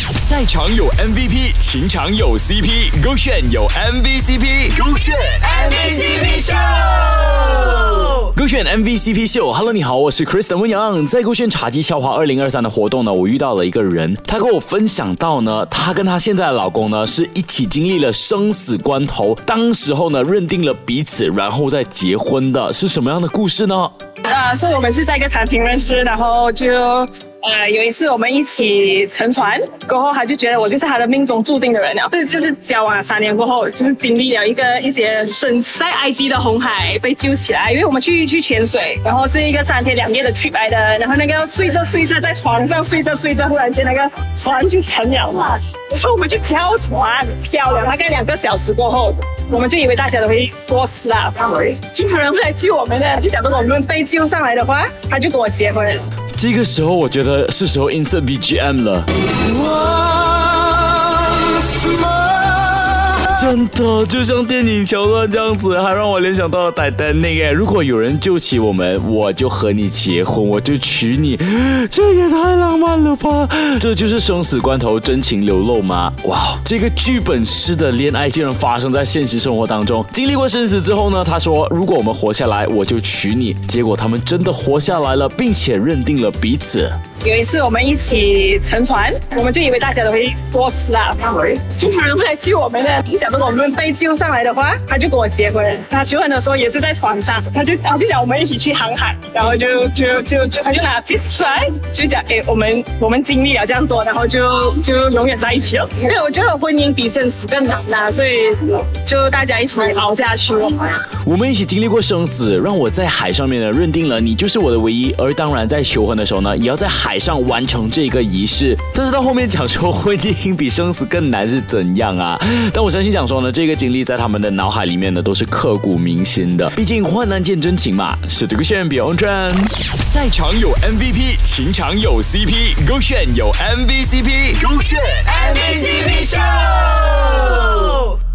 赛场有 MVP， 情场有 CP， 勾选有 MVCP， 勾选 MVCP 秀。勾选 MVCP 秀 ，Hello， 你好，我是 Kristen 温阳。在勾选茶鸡笑话2023的活动呢，我遇到了一个人，他跟我分享到呢，他跟他现在的老公呢是一起经历了生死关头，当时候呢认定了彼此，然后再结婚的，是什么样的故事呢？ 所以我们是在一个餐厅认识，然后就有一次我们一起乘船，过后他就觉得我就是他的命中注定的人了。就是交往了3年过后，就是经历了一些生死，在埃及的红海被救起来，因为我们去潜水，然后是一个3天2夜的 trip 来的，然后那个睡着在床上睡着，忽然间那个船就沉了嘛，然后我们就飘船，飘了大概2个小时过后，我们就以为大家都会过死了，就没有人会来救我们的，就想如果我们被救上来的话，他就跟我结婚。 这个时候我觉得是时候 insert BGM 了。真的就像电影桥段这样子，还让我联想到了 Titanic。如果有人救起我们，我就和你结婚，我就娶你，这也太浪漫了吧！这就是生死关头真情流露吗？哇，这个剧本式的恋爱竟然发生在现实生活当中。经历过生死之后呢，他说如果我们活下来，我就娶你。结果他们真的活下来了，并且认定了彼此。 有一次我们一起乘船，我们就以为大家都会过死了，就没有人会来救我们的。就想如果我们被救上来的话，他就跟我结婚。他求婚的时候也是在船上，他就讲我们一起去航海，然后他就拿戒指出来，就讲我们经历了这样多，然后就永远在一起了。因为我觉得婚姻比生死更难啦，所以就大家一起熬下去。 我们一起经历过生死，让我在海上面呢认定了你就是我的唯一。而当然在求婚的时候呢，也要在海上完成这个仪式。但是到后面讲说婚姻比生死更难是怎样啊？但我相信讲说呢，这个经历在他们的脑海里面呢都是刻骨铭心的。毕竟患难见真情嘛。是这个选 Beyond Trend。赛场有 MVP， 情场有 CP， 勾选有 MVCP， 勾选 MVCP 秀。